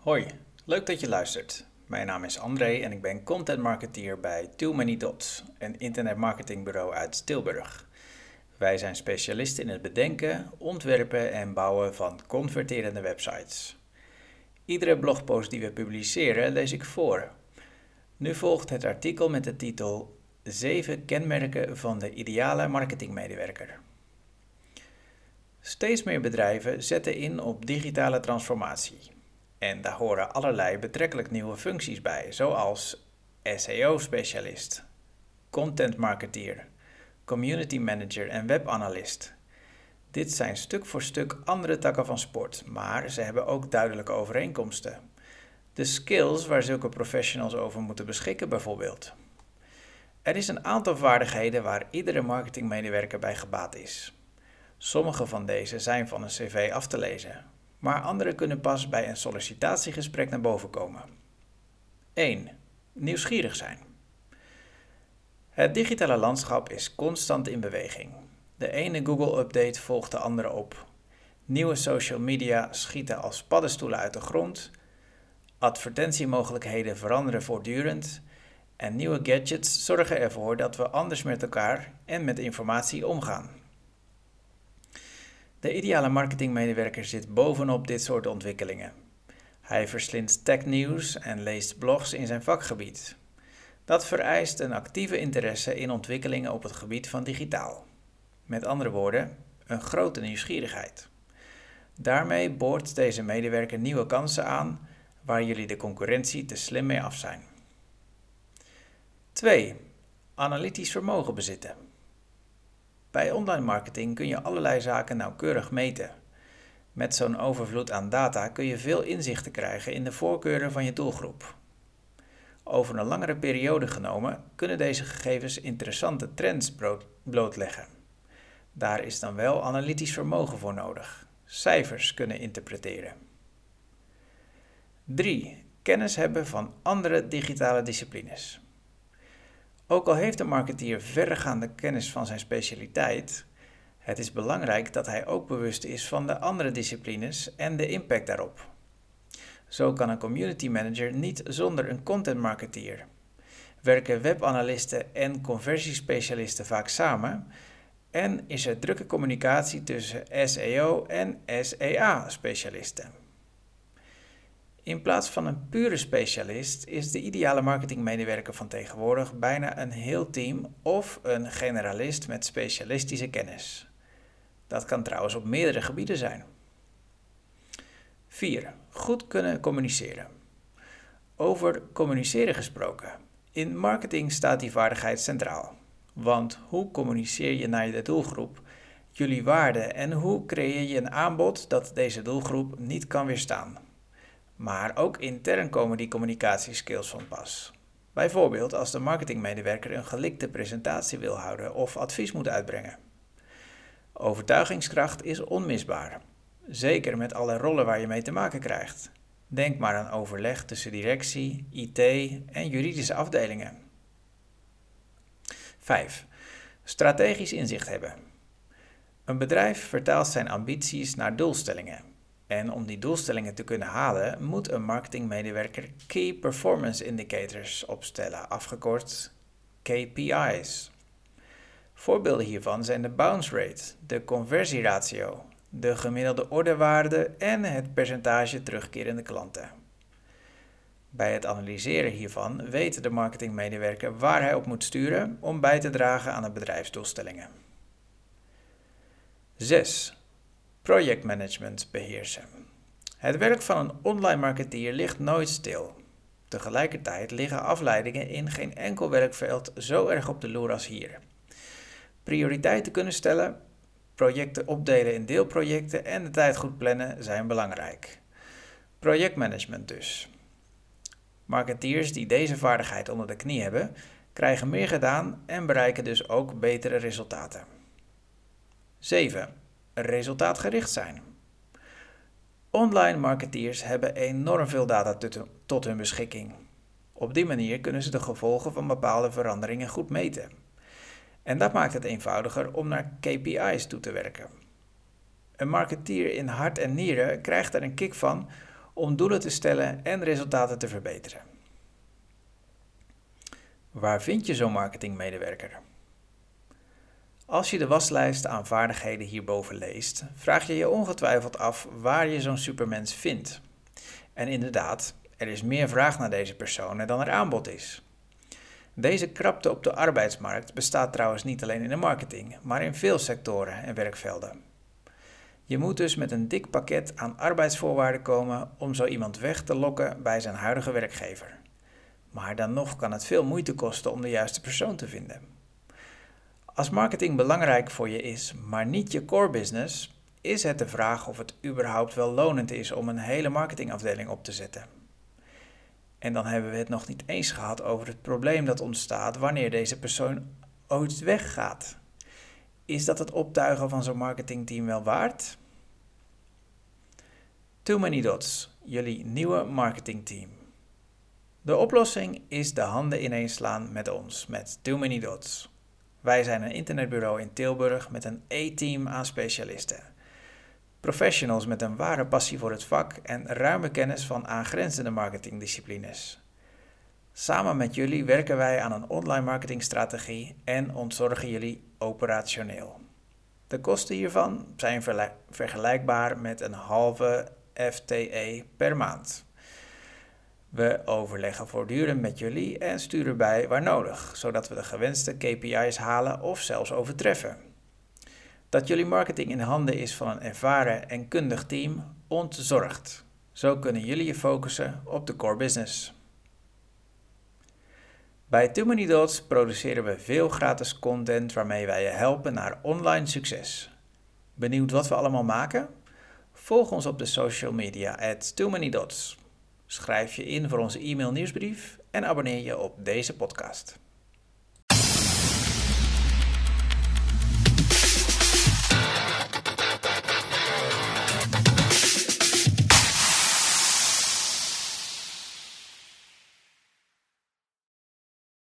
Hoi, leuk dat je luistert. Mijn naam is André en ik ben content marketeer bij Too Many Dots, een internetmarketingbureau uit Tilburg. Wij zijn specialisten in het bedenken, ontwerpen en bouwen van converterende websites. Iedere blogpost die we publiceren lees ik voor. Nu volgt het artikel met de titel 7 kenmerken van de ideale marketingmedewerker. Steeds meer bedrijven zetten in op digitale transformatie. En daar horen allerlei betrekkelijk nieuwe functies bij, zoals SEO-specialist, content marketeer, community manager en webanalist. Dit zijn stuk voor stuk andere takken van sport, maar ze hebben ook duidelijke overeenkomsten. De skills waar zulke professionals over moeten beschikken bijvoorbeeld. Er is een aantal vaardigheden waar iedere marketingmedewerker bij gebaat is. Sommige van deze zijn van een cv af te lezen, maar andere kunnen pas bij een sollicitatiegesprek naar boven komen. 1. Nieuwsgierig zijn. Het digitale landschap is constant in beweging. De ene Google-update volgt de andere op. Nieuwe social media schieten als paddenstoelen uit de grond. Advertentiemogelijkheden veranderen voortdurend. En nieuwe gadgets zorgen ervoor dat we anders met elkaar en met informatie omgaan. De ideale marketingmedewerker zit bovenop dit soort ontwikkelingen. Hij verslindt technieuws en leest blogs in zijn vakgebied. Dat vereist een actieve interesse in ontwikkelingen op het gebied van digitaal. Met andere woorden, een grote nieuwsgierigheid. Daarmee boort deze medewerker nieuwe kansen aan waar jullie de concurrentie te slim mee af zijn. 2. Analytisch vermogen bezitten. Bij online marketing kun je allerlei zaken nauwkeurig meten. Met zo'n overvloed aan data kun je veel inzichten krijgen in de voorkeuren van je doelgroep. Over een langere periode genomen kunnen deze gegevens interessante trends blootleggen. Daar is dan wel analytisch vermogen voor nodig. Cijfers kunnen interpreteren. 3. Kennis hebben van andere digitale disciplines. Ook al heeft de marketeer verregaande kennis van zijn specialiteit, het is belangrijk dat hij ook bewust is van de andere disciplines en de impact daarop. Zo kan een community manager niet zonder een content marketeer. Werken webanalisten en conversiespecialisten vaak samen en is er drukke communicatie tussen SEO en SEA-specialisten. In plaats van een pure specialist is de ideale marketingmedewerker van tegenwoordig bijna een heel team of een generalist met specialistische kennis. Dat kan trouwens op meerdere gebieden zijn. 4. Goed kunnen communiceren. Over communiceren gesproken. In marketing staat die vaardigheid centraal. Want hoe communiceer je naar de doelgroep, jullie waarden en hoe creëer je een aanbod dat deze doelgroep niet kan weerstaan? Maar ook intern komen die communicatieskills van pas. Bijvoorbeeld als de marketingmedewerker een gelikte presentatie wil houden of advies moet uitbrengen. Overtuigingskracht is onmisbaar. Zeker met alle rollen waar je mee te maken krijgt. Denk maar aan overleg tussen directie, IT en juridische afdelingen. 5. Strategisch inzicht hebben. Een bedrijf vertaalt zijn ambities naar doelstellingen. En om die doelstellingen te kunnen halen, moet een marketingmedewerker Key Performance Indicators opstellen, afgekort KPI's. Voorbeelden hiervan zijn de bounce rate, de conversieratio, de gemiddelde orderwaarde en het percentage terugkerende klanten. Bij het analyseren hiervan weet de marketingmedewerker waar hij op moet sturen om bij te dragen aan de bedrijfsdoelstellingen. 6. Projectmanagement beheersen. Het werk van een online marketeer ligt nooit stil. Tegelijkertijd liggen afleidingen in geen enkel werkveld zo erg op de loer als hier. Prioriteiten kunnen stellen, projecten opdelen in deelprojecten en de tijd goed plannen zijn belangrijk. Projectmanagement dus. Marketeers die deze vaardigheid onder de knie hebben, krijgen meer gedaan en bereiken dus ook betere resultaten. 7. Resultaatgericht zijn. Online marketeers hebben enorm veel data tot hun beschikking. Op die manier kunnen ze de gevolgen van bepaalde veranderingen goed meten. En dat maakt het eenvoudiger om naar KPI's toe te werken. Een marketeer in hart en nieren krijgt er een kick van om doelen te stellen en resultaten te verbeteren. Waar vind je zo'n marketingmedewerker? Als je de waslijst aan vaardigheden hierboven leest, vraag je je ongetwijfeld af waar je zo'n supermens vindt. En inderdaad, er is meer vraag naar deze personen dan er aanbod is. Deze krapte op de arbeidsmarkt bestaat trouwens niet alleen in de marketing, maar in veel sectoren en werkvelden. Je moet dus met een dik pakket aan arbeidsvoorwaarden komen om zo iemand weg te lokken bij zijn huidige werkgever. Maar dan nog kan het veel moeite kosten om de juiste persoon te vinden. Als marketing belangrijk voor je is, maar niet je core business, is het de vraag of het überhaupt wel lonend is om een hele marketingafdeling op te zetten. En dan hebben we het nog niet eens gehad over het probleem dat ontstaat wanneer deze persoon ooit weggaat. Is dat het optuigen van zo'n marketingteam wel waard? Too Many Dots, jullie nieuwe marketingteam. De oplossing is de handen ineenslaan met ons, met Too Many Dots. Wij zijn een internetbureau in Tilburg met een A-team aan specialisten. Professionals met een ware passie voor het vak en ruime kennis van aangrenzende marketingdisciplines. Samen met jullie werken wij aan een online marketingstrategie en ontzorgen jullie operationeel. De kosten hiervan zijn vergelijkbaar met een halve FTE per maand. We overleggen voortdurend met jullie en sturen bij waar nodig, zodat we de gewenste KPI's halen of zelfs overtreffen. Dat jullie marketing in handen is van een ervaren en kundig team ontzorgt. Zo kunnen jullie je focussen op de core business. Bij Too Many Dots produceren we veel gratis content waarmee wij je helpen naar online succes. Benieuwd wat we allemaal maken? Volg ons op de social media @TooManyDots. Schrijf je in voor onze e-mail nieuwsbrief en abonneer je op deze podcast.